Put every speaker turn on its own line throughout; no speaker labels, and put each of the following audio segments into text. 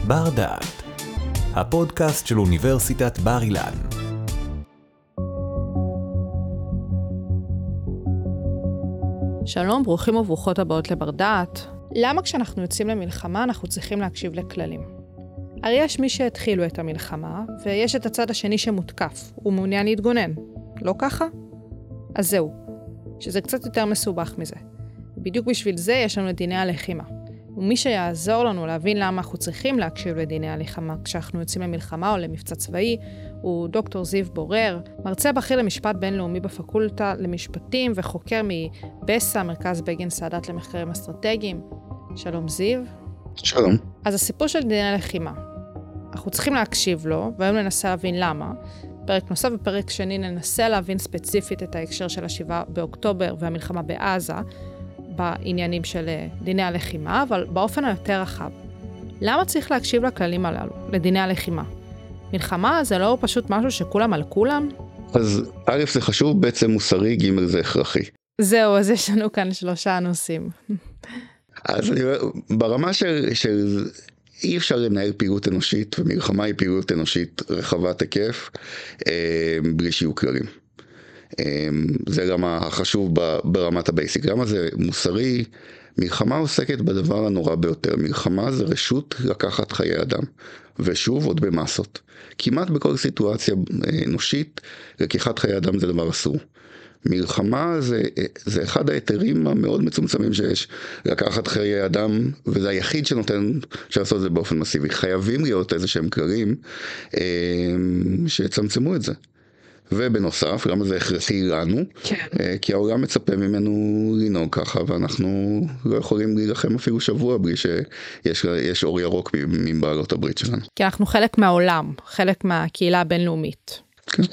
בר דעת, הפודקאסט של אוניברסיטת בר אילן.
שלום, ברוכים וברוכות הבאות לבר דעת. למה כשאנחנו יוצאים למלחמה אנחנו צריכים להקשיב לכללים? הרי יש מי שהתחילו את המלחמה, ויש את הצד השני שמותקף, הוא מעוניין להתגונן. לא ככה? אז זהו, שזה קצת יותר מסובך מזה. בדיוק בשביל זה יש לנו את דיני הלחימה. ומי שיעזור לנו להבין למה אנחנו צריכים להקשיב לדיני הלחימה כשאנחנו יוצאים למלחמה או למבצע צבאי, הוא דוקטור זיו בורר, מרצה בכיר למשפט בינלאומי בפקולטה למשפטים וחוקר מבסה, מרכז בגין סאדאת למחקרים אסטרטגיים. שלום זיו.
שלום.
אז הסיפור של דיני הלחימה. אנחנו צריכים להקשיב לו, והיום ננסה להבין למה. פרק נוסף ופרק שני ננסה להבין ספציפית את ההקשר של 7 באוקטובר והמלחמה בעזה, בעניינים של דיני הלחימה, אבל באופן היותר רחב. למה צריך להקשיב לכללים הללו, לדיני הלחימה? מלחמה זה לא פשוט משהו שכולם על כולם?
אז א' זה חשוב, בעצם מוסרי, ג' זה הכרחי.
זהו, אז יש לנו כאן 3 נושאים.
אז אני אומר, ברמה של אי אפשר לנהל פעילות אנושית, ומלחמה היא פעילות אנושית רחבת היקף, בלי שיהיו כללים. זה גם החשוב ברמת הבייסיק. למה זה מוסרי? מלחמה עוסקת בדבר הנורא ביותר. מלחמה זה רשות לקחת חיי אדם. ושוב, עוד במסות. כמעט בכל סיטואציה אנושית, לקיחת חיי אדם זה דבר אסור. מלחמה זה אחד היתרים המאוד מצומצמים שיש, לקחת חיי אדם, וזה היחיד שעשות את זה באופן מסיבי. חייבים להיות איזה שהם כללים שיצמצמו את זה. ובנוסף, למה זה הכרחי לנו? כן. כי העולם מצפה ממנו לנהוג ככה, ואנחנו לא יכולים להילחם אפילו שבוע בלי שיש אור ירוק מבעלות הברית שלנו.
כי אנחנו חלק מהעולם, חלק מהקהילה הבינלאומית.
כן.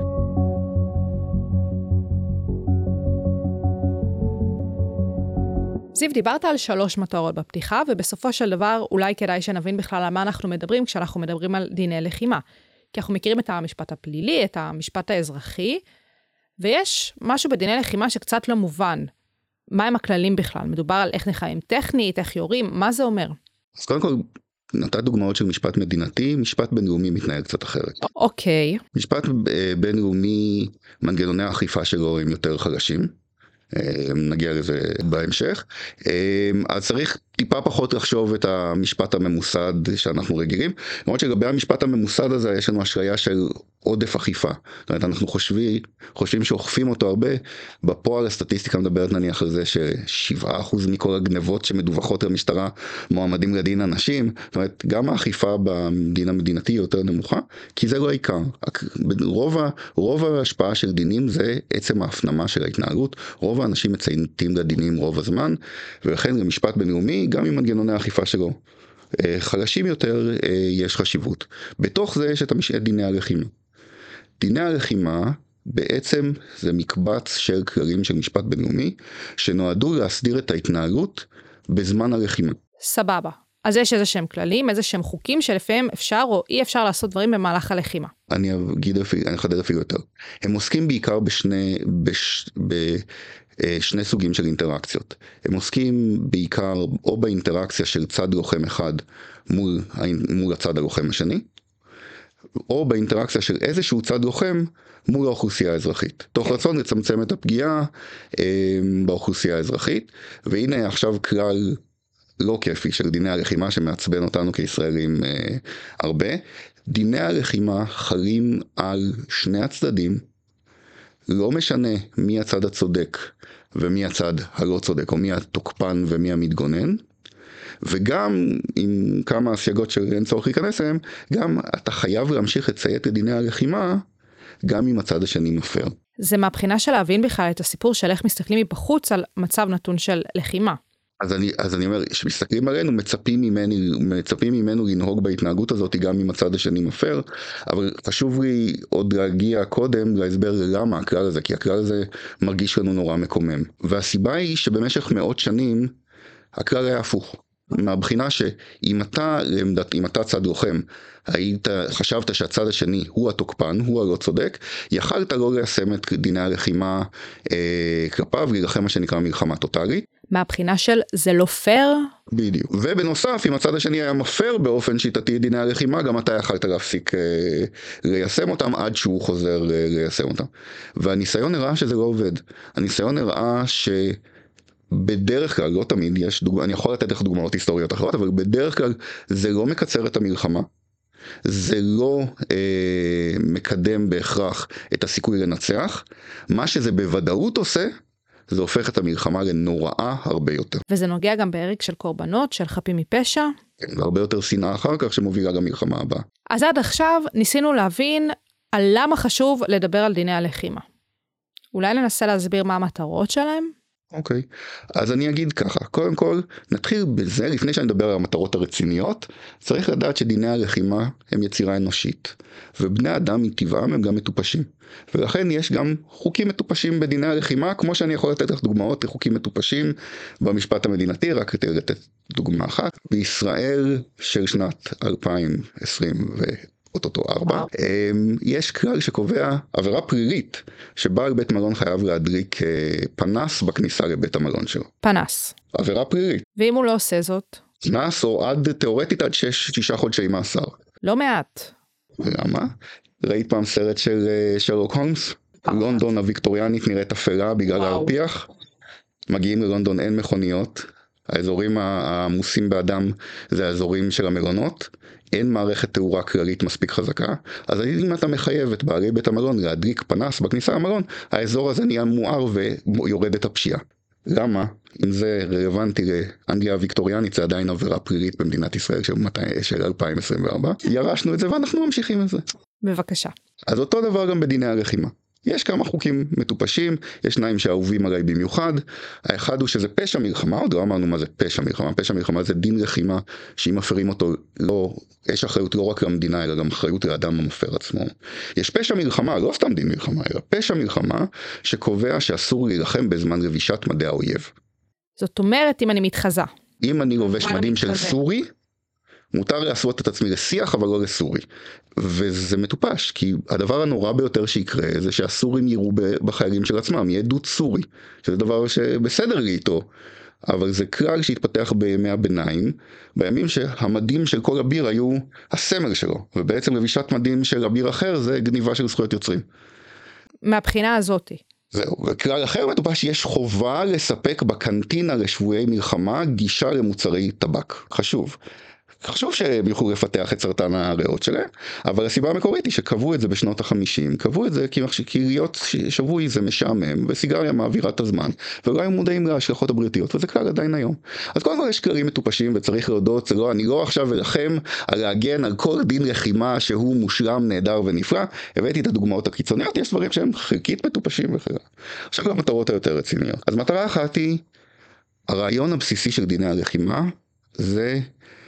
זיו, דיברת על 3 מטרות בפתיחה, ובסופו של דבר אולי כדאי שנבין בכלל על מה אנחנו מדברים כשאנחנו מדברים על דיני לחימה. כי אנחנו מכירים את המשפט הפלילי, את המשפט האזרחי, ויש משהו בדיני לחימה שקצת לא מובן. מה הם הכללים בכלל? מדובר על איך נחיים טכנית, איך יורים, מה זה אומר?
אז קודם כל, נתת דוגמאות של משפט מדינתי, משפט בינלאומי מתנהל קצת אחרת.
אוקיי.
משפט בינלאומי, מנגנוני האכיפה שלו הם יותר חלשים. נגיע לזה בהמשך. אז צריך טיפה פחות לחשוב את המשפט הממוסד שאנחנו רגילים. למרות שלגבי המשפט הממוסד הזה יש לנו אשליה של עודף אכיפה. זאת אומרת, אנחנו חושבים שאוכפים אותו הרבה. בפועל הסטטיסטיקה מדברת נניח על זה ש7% מכל הגנבות שמדווחות למשטרה מועמדים לדין אנשים. זאת אומרת, גם האכיפה בדין המדינתי יותר נמוכה, כי זה לא העיקר. רוב ההשפעה של דינים זה עצם ההפנמה של ההתנהגות. רוב האנשים מציינים לדינים רוב הזמן, ולכן למשפט בינלאומי, גם עם מנגנוני האכיפה שלו חלשים יותר, יש חשיבות. בתוך זה יש את דיני הלחימה. דיני הלחימה בעצם זה מקבץ של כללים של משפט בינלאומי, שנועדו להסדיר את ההתנהגות בזמן הלחימה.
סבבה. אז יש איזה שהם כללים, איזה שהם חוקים שלפעמים אפשר או אי אפשר לעשות דברים במהלך הלחימה.
אני אחדד אפילו יותר. הם עוסקים בעיקר בשני סוגים של אינטראקציות. הם עוסקים בעיקר או באינטראקציה של צד לוחם אחד מול הצד הלוחם השני, או באינטראקציה של איזשהו צד לוחם מול האוכלוסייה האזרחית. תוך רצון לצמצם את הפגיעה באוכלוסייה האזרחית, והנה עכשיו כלל לא כיפי של דיני הלחימה שמעצבן אותנו כישראלים הרבה. דיני הלחימה חלים על שני הצדדים, לא משנה מי הצד הצודק ומי הצד הלא צודק, או מי התוקפן ומי המתגונן, וגם עם כמה הסייגות שאין צורך להיכנס אליהם, גם אתה חייב להמשיך לציית לדיני הלחימה, גם אם הצד השני מפר.
זה מהבחינה של להבין בכלל את הסיפור של איך מסתכלים מבחוץ על מצב נתון של לחימה.
אז אני אומר, שמסתכלים עלינו, מצפים ממנו לנהוג בהתנהגות הזאת גם אם הצד השני מפר, אבל חשוב לי עוד להגיע קודם להסבר למה הכלל הזה, כי הכלל הזה מרגיש לנו נורא מקומם. והסיבה היא שבמשך מאות שנים, הכלל היה הפוך. מהבחינה שאם אתה צד לוחם, חשבת שהצד השני הוא התוקפן, הוא הלא צודק, יכלת לא ליישם את דיני הלחימה כלפיו, להילחם מה שנקרא מלחמה טוטלית.
מהבחינה של זה לא פייר?
בדיוק. ובנוסף, אם הצד השני היה מפר באופן שיטתי דיני הלחימה, גם אתה יכלת להפסיק ליישם אותם עד שהוא חוזר ליישם אותם. והניסיון הראה שזה לא עובד. הניסיון הראה בדרך כלל, לא תמיד, אני יכול לתת לך דוגמאות היסטוריות אחרות, אבל בדרך כלל זה לא מקצר את המלחמה, זה לא מקדם בהכרח את הסיכוי לנצח, מה שזה בוודאות עושה, זה הופך את המלחמה לנוראה הרבה יותר.
וזה נוגע גם בהרג של קורבנות, של חפים מפשע?
כן, והרבה יותר שנאה אחר כך שמובילה למלחמה הבאה.
אז עד עכשיו ניסינו להבין על למה חשוב לדבר על דיני הלחימה. אולי ננסה להסביר מה המטרות שלהם?
אוקיי, אז אני אגיד ככה, קודם כל נתחיל בזה, לפני שאני אדבר על המטרות הרציניות, צריך לדעת שדיני הלחימה הם יצירה אנושית, ובני אדם מטבעם הם גם מטופשים, ולכן יש גם חוקים מטופשים בדיני הלחימה, כמו שאני יכול לתת לך דוגמאות לחוקים מטופשים במשפט המדינתי, רק כדי לתת דוגמה אחת, בישראל של שנת 2024, יש כלל שקובע עבירה פלילית, שבעל בית מלון חייב להדליק פנס בכניסה לבית המלון שלו.
פנס.
עבירה פלילית.
ואם הוא לא עושה זאת?
קנס או תיאורטית עד 6 חודשי מאסר.
לא מעט.
למה? ראית פעם סרט של שרלוק הולמס? לונדון הוויקטוריאנית נראית אפלה בגלל הרפיח. מגיעים ללונדון, אין מכוניות. האזורים העמוסים באדם זה האזורים של המלונות. אין מערכת תאורה כללית מספיק חזקה, אז אם אתה מחייב את בעלי בית המלון להדליק פנס בכניסה למלון, האזור הזה נהיה מואר ויורד את הפשיעה. למה? אם זה רלוונטי לאנגליה הוויקטוריאנית, זה עדיין עבירה פלילית במדינת ישראל של 2024. ירשנו את זה ואנחנו ממשיכים את זה.
בבקשה.
אז אותו דבר גם בדיני הלחימה. יש כמה חוקים מטופשים, יש שניים שאהובים עליי במיוחד. האחד הוא שזה פשע מלחמה, עוד לא אמרנו מה זה פשע מלחמה. פשע מלחמה זה דין לחימה, שאם מפרים אותו, יש אחריות לא רק למדינה, אלא גם אחריות לאדם המפר עצמו. יש פשע מלחמה, לא סתם דין מלחמה, אלא פשע מלחמה שקובע שאסור להילחם בזמן רבישת מדי האויב.
זאת אומרת, אם אני מתחזה.
אם אני לובש מדים של סורי, מותר להסוות את עצמי לשיח, אבל לא לסורי. וזה מטופש, כי הדבר הנורא ביותר שיקרה, זה שהסורים יראו בחיילים של עצמם, יהיה דוד סורי, שזה דבר שבסדר לי איתו, אבל זה כלל שהתפתח בימי הביניים, בימים שהמדים של כל אביר היו הסמל שלו, ובעצם לבישת מדים של אביר אחר, זה גניבה של זכויות יוצרים.
מהבחינה הזאת.
זהו, וכלל אחר מטופש, יש חובה לספק בקנטינה לשבויי מלחמה, גישה למוצרי טבק. חשוב שהם יוכלו לפתח את סרטן הריאות שלהם, אבל הסיבה המקורית היא שקבעו את זה בשנות ה-50, קבעו את זה כי להיות שבוי זה משעמם, וסיגריה מעבירה את הזמן, ולא היו מודעים להשלכות הבריאותיות, וזה כלל עדיין היום. אז קודם כל יש כללים מטופשים, וצריך להודות, אני לא עכשיו אלחם על להגן על כל דין לחימה שהוא מושלם, נהדר ונפלא, הבאתי את הדוגמאות הקיצוניות, יש דברים שהם חלקית מטופשים וכו'. עכשיו למטרות היותר רציניות. אז מטרה אחת היא, הרעיון הבסיסי של דיני הלחימה, זה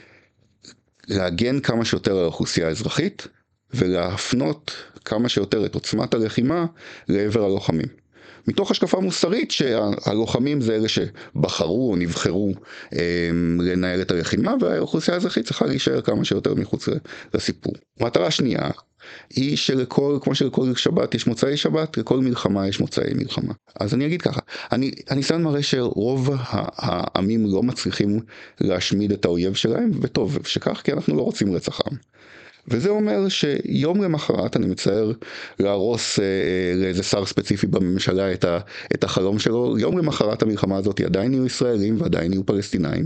להגן כמה שיותר על האוכלוסייה האזרחית, ולהפנות כמה שיותר את עוצמת הלחימה לעבר הלוחמים. מתוך השקפה מוסרית שהלוחמים זה אלה שבחרו או נבחרו לנהל את הלחימה, והאוכלוסייה האזרחית צריכה להישאר כמה שיותר מחוץ לסיפור. מטרה שנייה היא כמו שלכל שבת יש מוצאי שבת, לכל מלחמה יש מוצאי מלחמה. אז אני אגיד ככה, הניסיון מראה שרוב העמים לא מצליחים להשמיד את האויב שלהם, וטוב שכך, כי אנחנו לא רוצים רצח עם. וזה אומר שיום למחרת אני מצער להרוס לאיזה שר ספציפי בממשלה את החלום שלו, יום למחרת המלחמה הזאת עדיין יהיו ישראלים ועדיין יהיו פלסטינאים,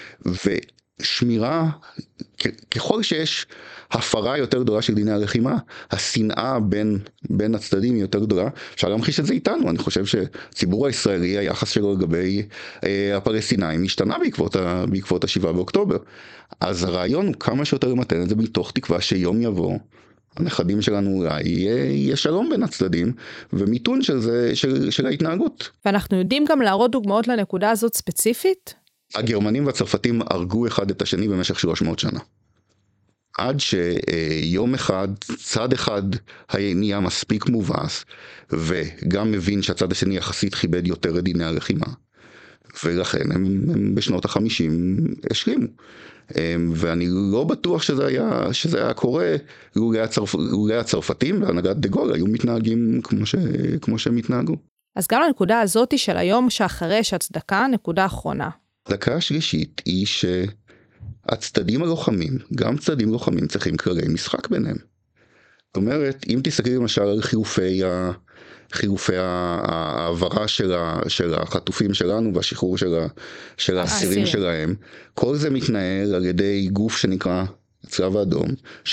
ושמירה, ככל שיש הפרה יותר גדולה של דיני הלחימה, השנאה בין הצדדים היא יותר גדולה. אפשר להמחיש את זה איתנו. אני חושב שהציבור הישראלי, היחס שלו לגבי הפלסטינאים, השתנה בעקבות ה7 באוקטובר. אז הרעיון הוא כמה שיותר למתן את זה מתוך תקווה שיום יבוא, הנכדים שלנו יהיה שלום בין הצדדים, ומיתון של ההתנהגות.
ואנחנו יודעים גם להראות דוגמאות לנקודה הזאת ספציפית?
הגרמנים והצרפתים הרגו אחד את השני במשך 300 שנה. עד שיום אחד, צד אחד נהיה מספיק מובס, וגם מבין שהצד השני יחסית כיבד יותר את דיני הלחימה. ולכן הם בשנות ה-50 השלימו. ואני לא בטוח שזה היה קורה, לולא הצרפתים והנהגת דה גול היו מתנהגים כמו שהם התנהגו.
אז גם לנקודה הזאת של היום שאחרי יש הצדקה, נקודה אחרונה.
הדקה השלישית היא שהצדדים הלוחמים, גם צדדים לוחמים צריכים כללי משחק ביניהם. זאת אומרת, אם תסתכלי למשל על חילופי העברה של החטופים שלנו והשחרור של האסירים שלהם, כל זה מתנהל על ידי גוף שנקרא הצלב האדום,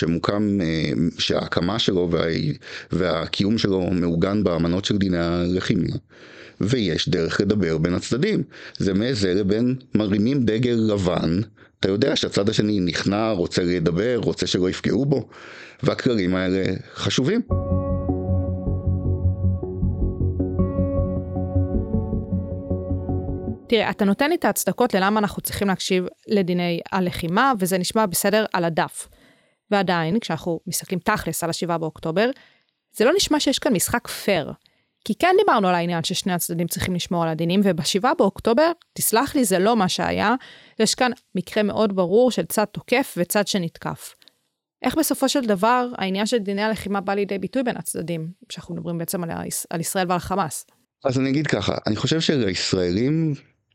שההקמה שלו והקיום שלו מעוגן באמנות של דיני הלחימה, ויש דרך לדבר בין הצדדים. זה מאיזה לבין מרימים דגל לבן, אתה יודע שהצד השני נכנע, רוצה לדבר, רוצה שלא יפגעו בו, והכללים האלה חשובים.
תראה, אתה נותן לי את ההצדקות ללמה אנחנו צריכים להקשיב לדיני הלחימה, וזה נשמע בסדר על הדף. ועדיין, כשאנחנו מסתכלים תכלס על 7 באוקטובר, זה לא נשמע שיש כאן משחק פייר. כי כן דיברנו על העניין ששני הצדדים צריכים לשמור על הדינים, וב7 באוקטובר, תסלח לי, זה לא מה שהיה, יש כאן מקרה מאוד ברור של צד תוקף וצד שנתקף. איך בסופו של דבר העניין של דיני הלחימה בא לידי ביטוי בין הצדדים, שאנחנו מדברים בעצם על ישראל ועל חמאס?
אז אני אגיד ככה, אני חושב שלישראלים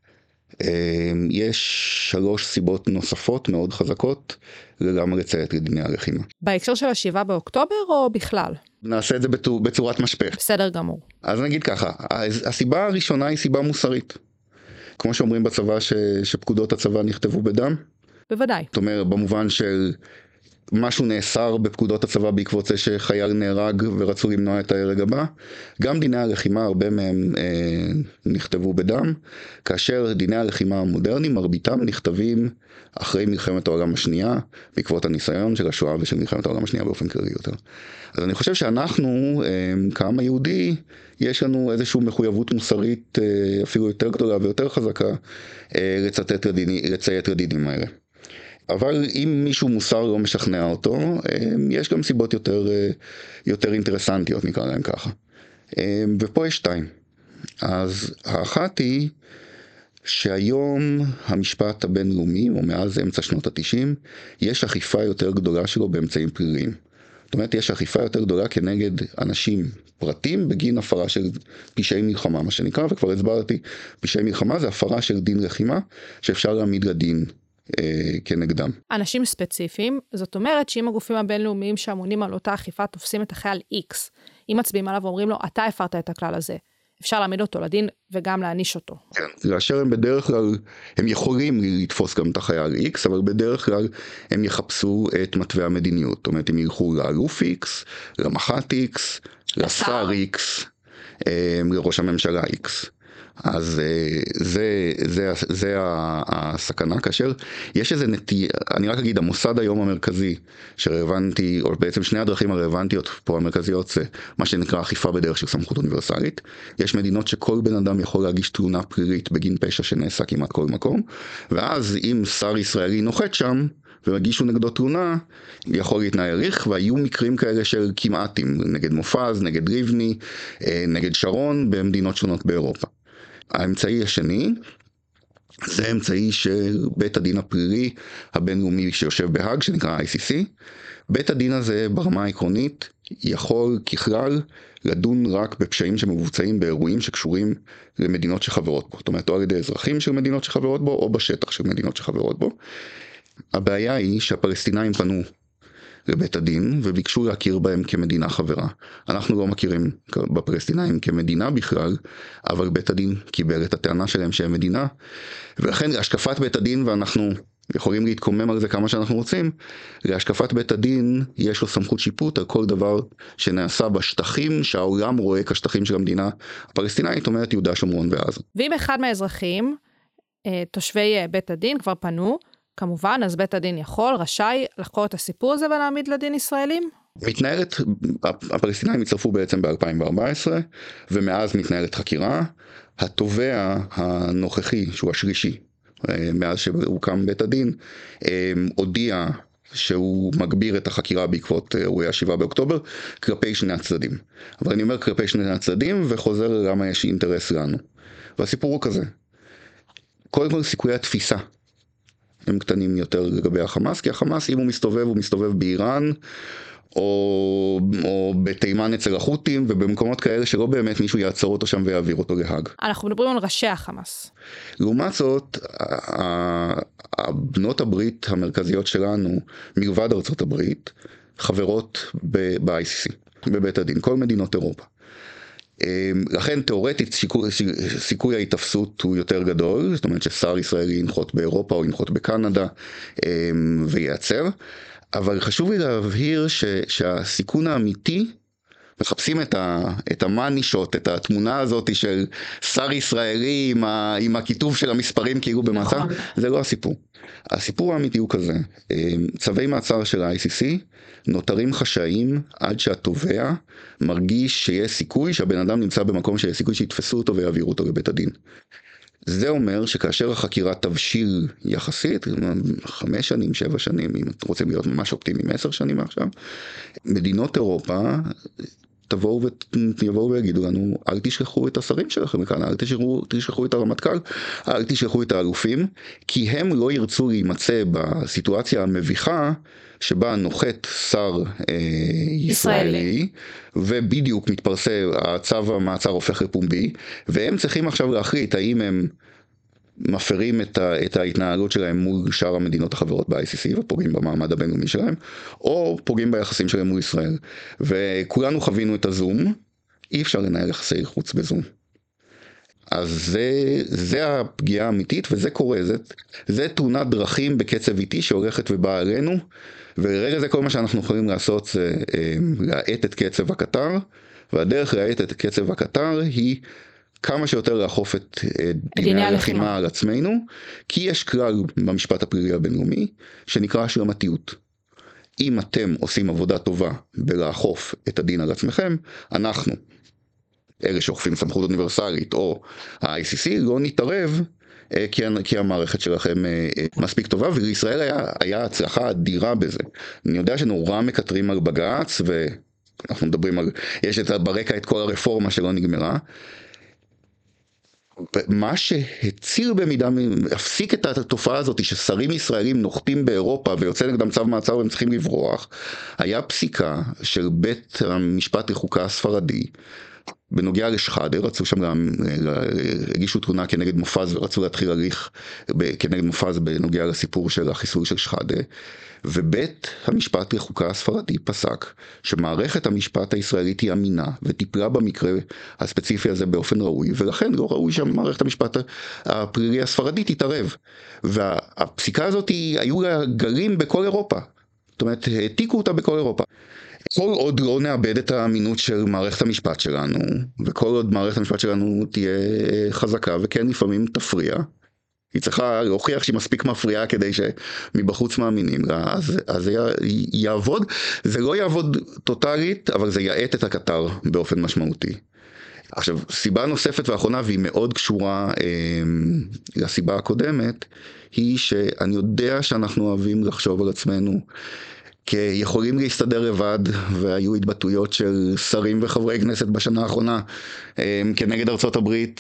יש 3 סיבות נוספות מאוד חזקות למה לציית לדיני הלחימה.
בהקשר של 7 באוקטובר או בכלל?
נעשה את זה בצורת משפך.
בסדר גמור.
אז נגיד ככה, הסיבה הראשונה היא סיבה מוסרית. כמו שאומרים בצבא שפקודות הצבא נכתבו בדם.
בוודאי.
זאת אומרת, במובן של משהו נאסר בפקודות הצבא בעקבות זה שחייל נהרג ורצו למנוע את ההרג הבא. גם דיני הלחימה, הרבה מהם נכתבו בדם, כאשר דיני הלחימה המודרניים, מרביתם נכתבים אחרי מלחמת העולם השנייה, בעקבות הניסיון של השואה ושל מלחמת העולם השנייה באופן כללי יותר. אז אני חושב שאנחנו, כעם היהודי, יש לנו איזושהי מחויבות מוסרית אפילו יותר גדולה ויותר חזקה לציית לדינים האלה. אבל אם מישהו מוסר לא משכנע אותו, יש גם סיבות יותר אינטרסנטיות, נקרא להם ככה. ופה יש 2. אז האחת היא שהיום המשפט הבינלאומי, או מאז אמצע שנות ה-90, יש אכיפה יותר גדולה שלו באמצעים פליליים. זאת אומרת, יש אכיפה יותר גדולה כנגד אנשים פרטים בגין הפרה של פשעי מלחמה, מה שנקרא, וכבר הסברתי, פשעי מלחמה זה הפרה של דין לחימה, שאפשר להעמיד לדין כנגדם.
אנשים ספציפיים, זאת אומרת שאם הגופים הבינלאומיים שאמונים על אותה אכיפה תופסים את החייל X, אם מצביעים עליו ואומרים לו, אתה הפרת את הכלל הזה, אפשר להעמיד אותו לדין וגם להעניש אותו.
כן, כאשר הם בדרך כלל, הם יכולים לתפוס גם את החייל X, אבל בדרך כלל הם יחפשו את מתווה המדיניות. זאת אומרת, הם ילכו לאלוף X, למח"ט X, לשר X, לראש הממשלה X. אז זה הסכנה, כאשר יש איזה נטייה, אני רק אגיד, המוסד היום המרכזי שרלוונטי, או בעצם שני הדרכים הרלוונטיות פה המרכזיות, זה מה שנקרא אכיפה בדרך של סמכות אוניברסלית. יש מדינות שכל בן אדם יכול להגיש תלונה פלילית בגין פשע שנעשה כמעט כל מקום, ואז אם שר ישראלי נוחת שם, ומגישו נגדו תלונה, יכול להתנהל הליך, והיו מקרים כאלה של כמעטים, נגד מופז, נגד ריבני, נגד שרון, במדינות שונות באירופה. האמצעי השני, זה אמצעי של בית הדין הפלילי הבינלאומי שיושב בהאג, שנקרא ICC. בית הדין הזה ברמה העקרונית יכול ככלל לדון רק בפשעים שמבוצעים באירועים שקשורים למדינות שחברות בו. זאת אומרת, או על ידי אזרחים של מדינות שחברות בו, או בשטח של מדינות שחברות בו. הבעיה היא שהפלסטינאים פנו לבית הדין וביקשו להכיר בהם כמדינה חברה. אנחנו לא מכירים בפלסטינאים כמדינה בכלל, אבל בית הדין קיבל את הטענה שלהם שהם מדינה, ולכן להשקפת בית הדין, ואנחנו יכולים להתקומם על זה כמה שאנחנו רוצים, להשקפת בית הדין יש לו סמכות שיפוט על כל דבר שנעשה בשטחים שהעולם רואה כשטחים של המדינה הפלסטינאית, זאת אומרת יהודה, שומרון ועזה. ואם
אחד מהאזרחים, תושבי בית הדין כבר פנו, כמובן, אז בית הדין רשאי לחקור את הסיפור הזה ולהעמיד לדין ישראלים?
מתנהלת, הפלסטינאים הצטרפו בעצם ב-2014, ומאז מתנהלת חקירה. התובע הנוכחי, שהוא השלישי, מאז שהוקם בית הדין, הודיע שהוא מגביר את החקירה בעקבות אירועי 7 באוקטובר, כלפי שני הצדדים. אבל אני אומר כלפי שני הצדדים, וחוזר למה יש אינטרס לנו. והסיפור הוא כזה. קודם כל סיכויי התפיסה. הם קטנים יותר לגבי החמאס, כי החמאס, אם הוא מסתובב באיראן, או בתימן אצל החות'ים, ובמקומות כאלה שלא באמת מישהו יעצור אותו שם ויעביר אותו להאג.
אנחנו מדברים על ראשי החמאס.
לעומת זאת, בנות הברית המרכזיות שלנו, מלבד ארצות הברית, חברות ב-ICC, בבית הדין, כל מדינות אירופה. לכן תיאורטית סיכוי ההתאפסות הוא יותר גדול, זאת אומרת ששר ישראלי ינחות באירופה או ינחות בקנדה וייעצר, אבל חשוב לי להבהיר שהסיכון האמיתי, מחפשים את המאנישות, את התמונה הזאת של שר ישראלי עם הכיתוב של המספרים כאילו במעצר, זה לא הסיפור. הסיפור האמיתי הוא כזה, צווי מעצר של ה-ICC נותרים חשאיים עד שהתובע מרגיש שיש סיכוי שהבן אדם נמצא במקום שיש סיכוי שיתפסו אותו ויעבירו אותו לבית הדין. זה אומר שכאשר החקירה תבשיל יחסית, 5 שנים, 7 שנים, אם אתם רוצים להיות ממש אופטימיים, 10 שנים עכשיו, מדינות אירופה יבואו ויגידו לנו, אל תשכחו את השרים שלכם מכאן, אל תשכחו את הרמטכ"ל, אל תשכחו את האלופים, כי הם לא ירצו להימצא בסיטואציה המביכה, שבה נוחת שר ישראלי, ובדיוק מתפרסם, הצו המעצר הופך לפומבי, והם צריכים עכשיו להחליט האם הם מפרים את ההתנהלות שלהם מול שאר המדינות החברות ב-ICC, ופוגעים במעמד הבינלאומי שלהם, או פוגעים ביחסים שלהם מול ישראל. וכולנו חווינו את הזום, אי אפשר לנהל יחסי חוץ בזום. אז זה הפגיעה האמיתית, וזה קורה, זה תאונת דרכים בקצב איטי שהולכת ובאה עלינו, ולרגע זה כל מה שאנחנו יכולים לעשות זה להאט את קצב הקטר, והדרך להאט את קצב הקטר היא כמה שיותר לאכוף את דיני הלחימה על עצמנו, כי יש כלל במשפט הפלילי הבינלאומי שנקרא השלמתיות. אם אתם עושים עבודה טובה בלאכוף את הדין על עצמכם, אנחנו, אלה שאוכפים סמכות אוניברסלית או ה-ICC, לא נתערב כי המערכת שלכם מספיק טובה, ולישראל היה הצלחה אדירה בזה. אני יודע שנורא מקטרים על בג"ץ, ואנחנו מדברים על, יש ברקע את כל הרפורמה שלא נגמרה, מה שהציל במידה, הפסיק את התופעה הזאת ששרים ישראלים נוחתים באירופה ויוצא נגדם צו מעצר והם צריכים לברוח, היה פסיקה של בית המשפט לחוקה הספרדי, בנוגע לשחאדה, רצו שם גם, הגישו תלונה כנגד מופז ורצו להתחיל הליך כנגד מופז בנוגע לסיפור של החיסול של שחאדה, ובית המשפט לחוקה הספרדי פסק שמערכת המשפט הישראלית היא אמינה וטיפלה במקרה הספציפי הזה באופן ראוי, ולכן לא ראוי שמערכת המשפט הפלילי הספרדי תתערב. והפסיקה הזאת היו לה גלים בכל אירופה, זאת אומרת העתיקו אותה בכל אירופה. כל עוד לא נאבד את האמינות של מערכת המשפט שלנו, וכל עוד מערכת המשפט שלנו תהיה חזקה, וכן לפעמים תפריע, היא צריכה להוכיח שהיא מספיק מפריעה כדי שמבחוץ מאמינים לה, אז זה יעבוד, זה לא יעבוד טוטלית, אבל זה יעט את הקטר באופן משמעותי. עכשיו, סיבה נוספת ואחרונה, והיא מאוד קשורה לסיבה הקודמת, היא שאני יודע שאנחנו אוהבים לחשוב על עצמנו, כי יכולים להסתדר לבד, והיו התבטאויות של שרים וחברי כנסת בשנה האחרונה, כנגד ארצות הברית,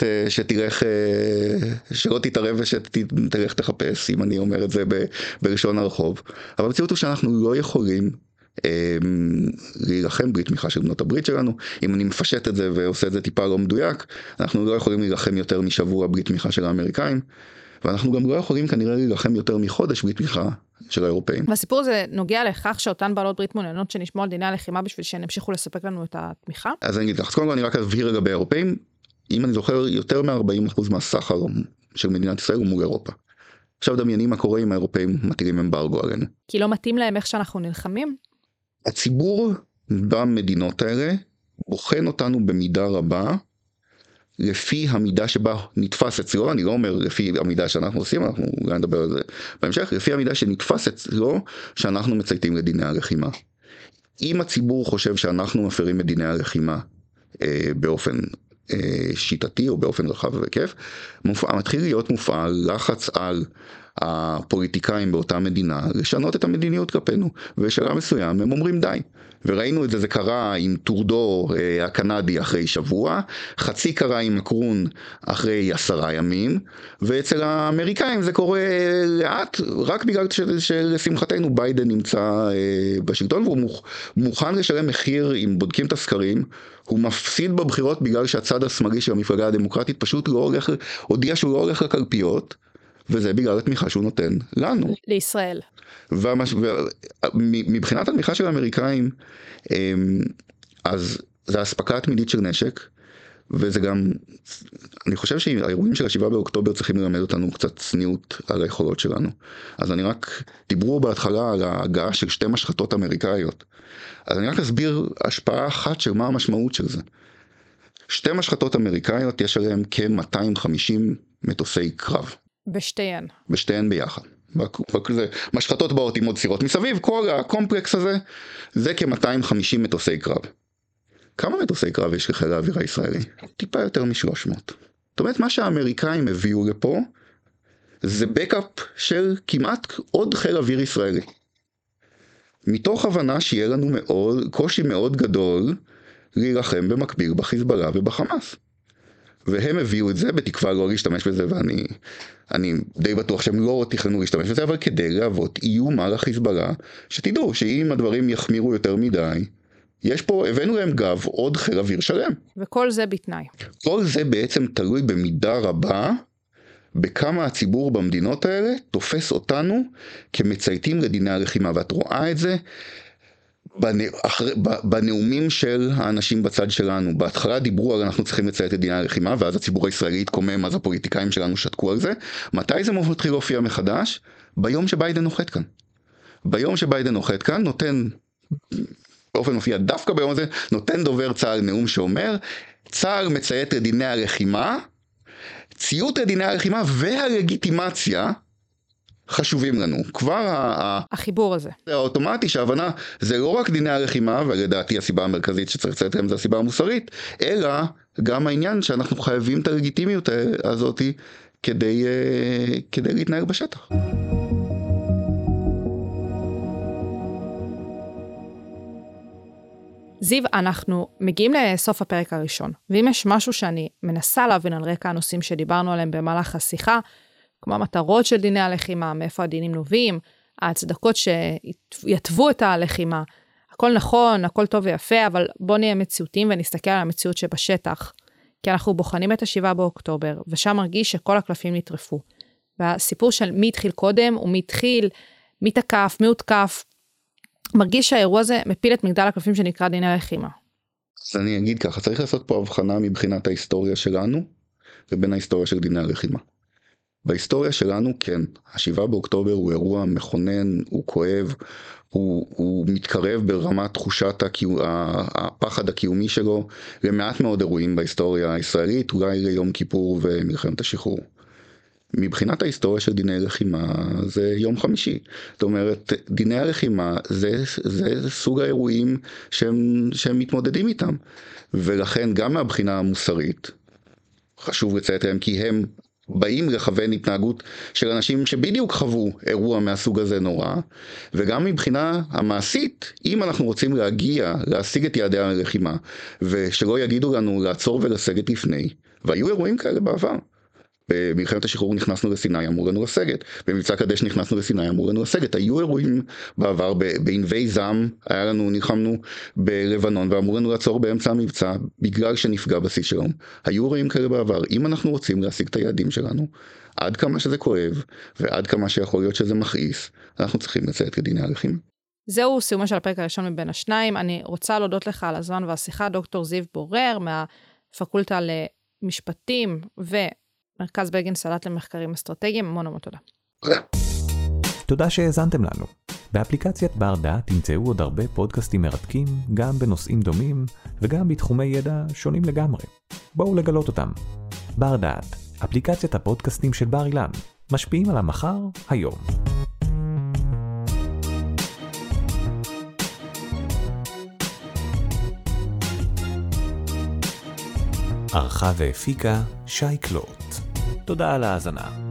שלא תתערב ושתלך תחפש, אם אני אומר את זה בראשון הרחוב. אבל המציאות הוא שאנחנו לא יכולים להילחם בלי תמיכה של בנות הברית שלנו. אם אני מפשט את זה ועושה את זה טיפה לא מדויק, אנחנו לא יכולים להילחם יותר משבוע בלי תמיכה של האמריקאים, ואנחנו גם לא יכולים כנראה להילחם יותר מחודש בלי תמיכה של האירופאים.
והסיפור הזה נוגע לכך שאותן בעלות ברית מעוניינות שנשמעו על דיני הלחימה בשביל שהן ימשיכו לספק לנו את התמיכה?
אז אני אגיד לך, קודם כל אני רק אבהיר לגבי האירופאים, אם אני זוכר, יותר מ-40% מהסחר של מדינת ישראל הוא מול אירופה. עכשיו דמיינים מה קורה אם האירופאים מטילים אמברגו עלינו.
כי לא מתאים להם איך שאנחנו נלחמים?
הציבור במדינות האלה בוחן אותנו במידה רבה, לפי המידה שבה נתפס אצלו, אני לא אומר לפי המידה שאנחנו עושים, אנחנו אולי נדבר על זה בהמשך, לפי המידה שנתפס אצלו שאנחנו מצייתים לדיני הלחימה. אם הציבור חושב שאנחנו מפרים את דיני הלחימה באופן שיטתי או באופן רחב וכיף, מתחיל להיות מופעל לחץ על הפוליטיקאים באותה מדינה לשנות את המדיניות כלפינו, ובשלב מסוים הם אומרים די. וראינו את זה, זה קרה עם טורדו הקנדי אחרי שבוע, חצי קרה עם מקרון אחרי 10 ימים, ואצל האמריקאים זה קורה לאט, רק בגלל שלשמחתנו ביידן נמצא בשלטון, והוא מוכן לשלם מחיר, אם בודקים את הסקרים, הוא מפסיד בבחירות בגלל שהצד השמאלי של המפלגה הדמוקרטית פשוט לא הולך, הודיע שהוא לא הולך לקלפיות, וזה בגלל התמיכה שהוא נותן לנו.
לישראל.
מבחינת התמיכה של האמריקאים, אז זה הספקה תמידית של נשק, וזה גם, אני חושב שהאירועים של 7 באוקטובר צריכים ללמד אותנו קצת צניעות על היכולות שלנו. אז אני רק, דיברו בהתחלה על ההגעה של 2 משחטות אמריקאיות. אז אני רק אסביר השפעה אחת של מה המשמעות של זה. 2 משחטות אמריקאיות, יש עליהם כ-250 מטוסי קרב. בשתיהן ביחד. משחטות באות עם עוד סירות מסביב, כל הקומפלקס הזה, זה כ-250 מטוסי קרב. כמה מטוסי קרב יש לחיל האוויר הישראלי? טיפה יותר מ-300. זאת אומרת, מה שהאמריקאים הביאו לפה, זה בקאפ של כמעט עוד חיל אוויר ישראלי. מתוך הבנה שיהיה לנו קושי מאוד גדול להילחם במקביל בחיזבאללה ובחמאס. והם הביאו את זה בתקווה לא להשתמש בזה, ואני די בטוח שהם לא תכננו להשתמש בזה, אבל כדי להוות איום על החיזבאללה, שתדעו שאם הדברים יחמירו יותר מדי, יש פה, הבאנו להם גב עוד חיל אוויר שלם.
וכל זה בתנאי.
כל זה בעצם תלוי במידה רבה, בכמה הציבור במדינות האלה תופס אותנו כמצייתים לדיני הלחימה, ואת רואה את זה בנאומים של האנשים בצד שלנו. בהתחלה דיברו על אנחנו צריכים לציית את דיני הלחימה, ואז הציבור הישראלי התקומם, אז הפוליטיקאים שלנו שתקו על זה. מתי זה מתחיל להופיע מחדש? ביום שביידן נוחת כאן. ביום שביידן נוחת כאן, נותן, באופן מופיע דווקא ביום הזה, נותן דובר צה"ל נאום שאומר, צה"ל מציית את דיני הלחימה, ציות את דיני הלחימה והלגיטימציה, חשובים לנו. כבר
החיבור הזה.
האוטומטי שההבנה זה לא רק דיני הלחימה, ולדעתי הסיבה המרכזית שצריך לציית להם זה הסיבה המוסרית, אלא גם העניין שאנחנו חייבים את הלגיטימיות הזאת כדי להתנהל בשטח.
זיו, אנחנו מגיעים לסוף הפרק הראשון, ואם יש משהו שאני מנסה להבין על רקע הנושאים שדיברנו עליהם במהלך השיחה, כמו המטרות של דיני הלחימה, מאיפה הדינים נובעים, ההצדקות שיתוו את הלחימה, הכל נכון, הכל טוב ויפה, אבל בוא נהיה מציאותיים ונסתכל על המציאות שבשטח, כי אנחנו בוחנים את 7 באוקטובר, ושם מרגיש שכל הקלפים נטרפו. והסיפור של מי התחיל קודם, ומי התחיל, מי תקף, מי הותקף, מרגיש שהאירוע הזה מפיל את מגדל הקלפים שנקרא דיני הלחימה.
אז אני אגיד ככה, צריך לעשות פה הבחנה מבחינת ההיסטוריה שלנו, ובין ההיסטוריה של דיני הלחימה. בהיסטוריה שלנו, כן, 7 באוקטובר הוא אירוע מכונן, הוא כואב, הוא מתקרב ברמת תחושת הפחד הקיומי שלו, למעט מאוד אירועים בהיסטוריה הישראלית, אולי ליום כיפור ומלחמת השחרור. מבחינת ההיסטוריה של דיני לחימה זה יום חמישי. זאת אומרת, דיני הלחימה זה סוג האירועים שהם מתמודדים איתם. ולכן גם מהבחינה המוסרית, חשוב לציית להם כי הם באים לכוון התנהגות של אנשים שבדיוק חוו אירוע מהסוג הזה נורא, וגם מבחינה המעשית, אם אנחנו רוצים להשיג את יעדי הלחימה, ושלא יגידו לנו לעצור ולסגת לפני, והיו אירועים כאלה בעבר. במלחמת השחרור נכנסנו לסיני, אמרו לנו לסגת. במבצע קדש נכנסנו לסיני, אמרו לנו לסגת. היו אירועים בעבר, בענבי זעם, נלחמנו בלבנון, ואמרו לנו לעצור באמצע המבצע, בגלל שנפגע בסיס שלום. היו אירועים כאלה בעבר. אם אנחנו רוצים להשיג את היעדים שלנו, עד כמה שזה כואב, ועד כמה שיכול להיות שזה מכעיס, אנחנו צריכים לציית לדיני הלחימה.
זהו סיומו של הפרק הראשון מבין השניים. אני רוצה להודות לך על הזמן והשיחה, דוקטור זיו בורר, מהפקולטה למשפטים מרכז בגין סלט למחקרים אסטרטגיים, המון תודה.
תודה שהאזנתם לנו. באפליקציית בר דעת תמצאו עוד הרבה פודקאסטים מרתקים, גם בנושאים דומים, וגם בתחומי ידע שונים לגמרי. בואו לגלות אותם. בר דעת, אפליקציית הפודקאסטים של בר אילן, משפיעים על המחר, היום. ערכה והפיקה שי קלוט. תודה על ההאזנה.